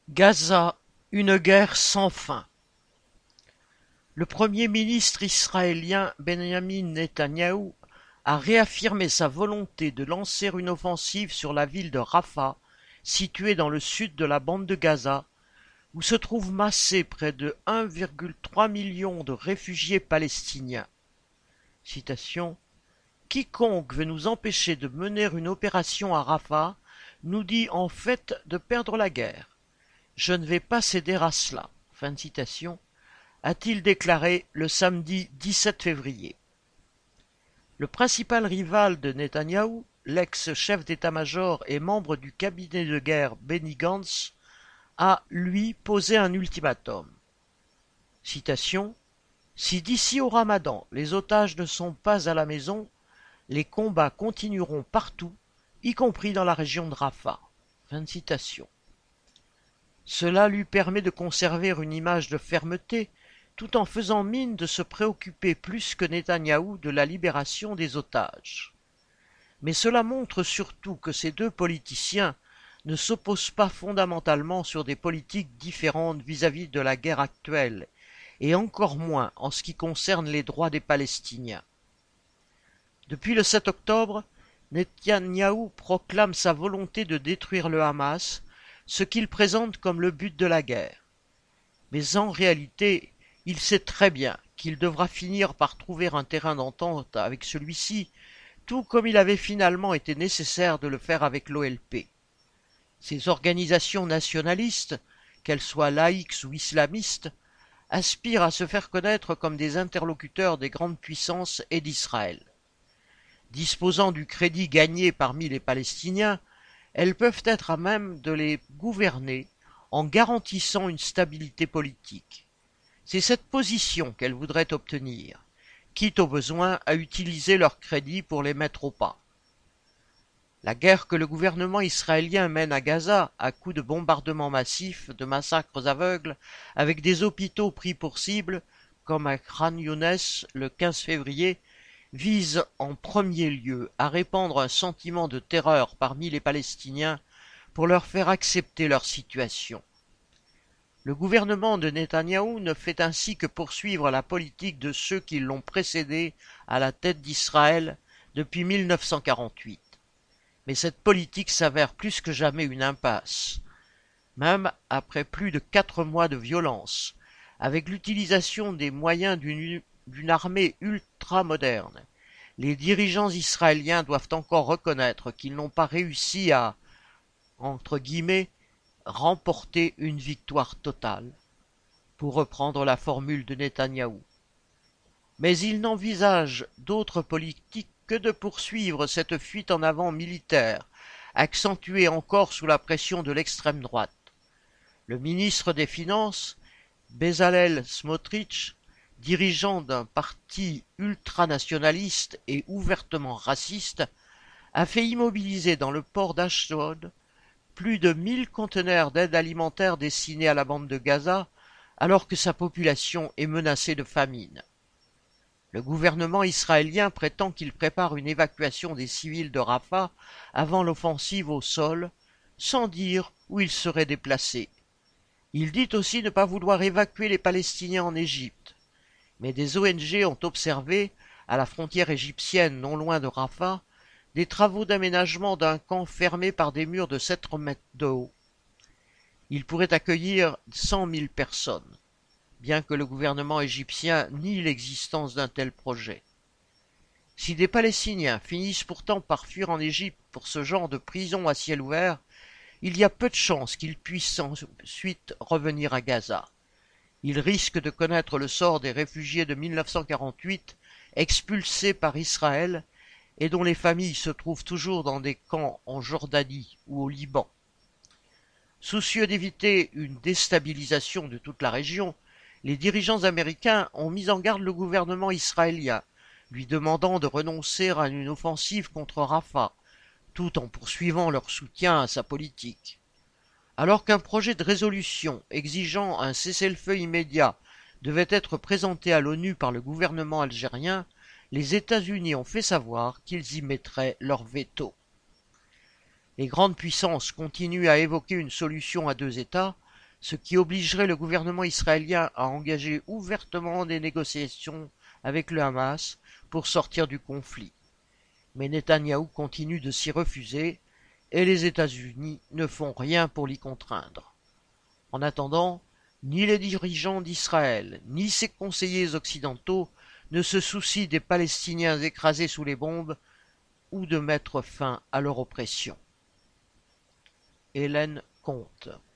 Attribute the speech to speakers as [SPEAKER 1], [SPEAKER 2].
[SPEAKER 1] Gaza, une guerre sans fin. Le Premier ministre israélien Benjamin Netanyahou a réaffirmé sa volonté de lancer une offensive sur la ville de Rafah, située dans le sud de la bande de Gaza, où se trouvent massés près de 1,3 million de réfugiés palestiniens. Citation: Quiconque veut nous empêcher de mener une opération à Rafah nous dit en fait de perdre la guerre. Je ne vais pas céder à cela. Fin de citation, a-t-il déclaré le samedi 17 février. Le principal rival de Netanyahou, l'ex-chef d'état-major et membre du cabinet de guerre Benny Gantz, a, lui, posé un ultimatum. Citation: Si d'ici au Ramadan les otages ne sont pas à la maison, les combats continueront partout, y compris dans la région de Rafah. Fin de citation. Cela lui permet de conserver une image de fermeté, tout en faisant mine de se préoccuper plus que Netanyahou de la libération des otages. Mais cela montre surtout que ces deux politiciens ne s'opposent pas fondamentalement sur des politiques différentes vis-à-vis de la guerre actuelle, et encore moins en ce qui concerne les droits des Palestiniens. Depuis le 7 octobre, Netanyahou proclame sa volonté de détruire le Hamas, ce qu'il présente comme le but de la guerre. Mais en réalité, il sait très bien qu'il devra finir par trouver un terrain d'entente avec celui-ci, tout comme il avait finalement été nécessaire de le faire avec l'OLP. Ces organisations nationalistes, qu'elles soient laïques ou islamistes, aspirent à se faire connaître comme des interlocuteurs des grandes puissances et d'Israël. Disposant du crédit gagné parmi les Palestiniens, elles peuvent être à même de les gouverner en garantissant une stabilité politique. C'est cette position qu'elles voudraient obtenir, quitte au besoin à utiliser leur crédit pour les mettre au pas. La guerre que le gouvernement israélien mène à Gaza à coups de bombardements massifs, de massacres aveugles, avec des hôpitaux pris pour cible, comme à Khan Younes le 15 février, vise en premier lieu à répandre un sentiment de terreur parmi les Palestiniens pour leur faire accepter leur situation. Le gouvernement de Netanyahou ne fait ainsi que poursuivre la politique de ceux qui l'ont précédé à la tête d'Israël depuis 1948. Mais cette politique s'avère plus que jamais une impasse. Même après plus de 4 mois de violence, avec l'utilisation des moyens d'une armée ultramoderne, les dirigeants israéliens doivent encore reconnaître qu'ils n'ont pas réussi à, entre guillemets, remporter une victoire totale, pour reprendre la formule de Netanyahou. Mais ils n'envisagent d'autre politique que de poursuivre cette fuite en avant militaire, accentuée encore sous la pression de l'extrême droite. Le ministre des Finances, Bezalel Smotrich, dirigeant d'un parti ultranationaliste et ouvertement raciste, a fait immobiliser dans le port d'Ashdod plus de 1000 conteneurs d'aide alimentaire destinés à la bande de Gaza, alors que sa population est menacée de famine. Le gouvernement israélien prétend qu'il prépare une évacuation des civils de Rafah avant l'offensive au sol, sans dire où il serait déplacé. Il dit aussi ne pas vouloir évacuer les Palestiniens en Égypte. Mais des ONG ont observé, à la frontière égyptienne non loin de Rafah, des travaux d'aménagement d'un camp fermé par des murs de 7 mètres de haut. Il pourrait accueillir 100 000 personnes, bien que le gouvernement égyptien nie l'existence d'un tel projet. Si des Palestiniens finissent pourtant par fuir en Égypte pour ce genre de prison à ciel ouvert, il y a peu de chances qu'ils puissent ensuite revenir à Gaza. Ils risquent de connaître le sort des réfugiés de 1948, expulsés par Israël, et dont les familles se trouvent toujours dans des camps en Jordanie ou au Liban. Soucieux d'éviter une déstabilisation de toute la région, les dirigeants américains ont mis en garde le gouvernement israélien, lui demandant de renoncer à une offensive contre Rafah, tout en poursuivant leur soutien à sa politique. Alors qu'un projet de résolution exigeant un cessez-le-feu immédiat devait être présenté à l'ONU par le gouvernement algérien, les États-Unis ont fait savoir qu'ils y mettraient leur veto. Les grandes puissances continuent à évoquer une solution à 2 États, ce qui obligerait le gouvernement israélien à engager ouvertement des négociations avec le Hamas pour sortir du conflit. Mais Netanyahou continue de s'y refuser et les États-Unis ne font rien pour l'y contraindre. En attendant, ni les dirigeants d'Israël, ni ses conseillers occidentaux ne se soucient des Palestiniens écrasés sous les bombes ou de mettre fin à leur oppression. Hélène Comte.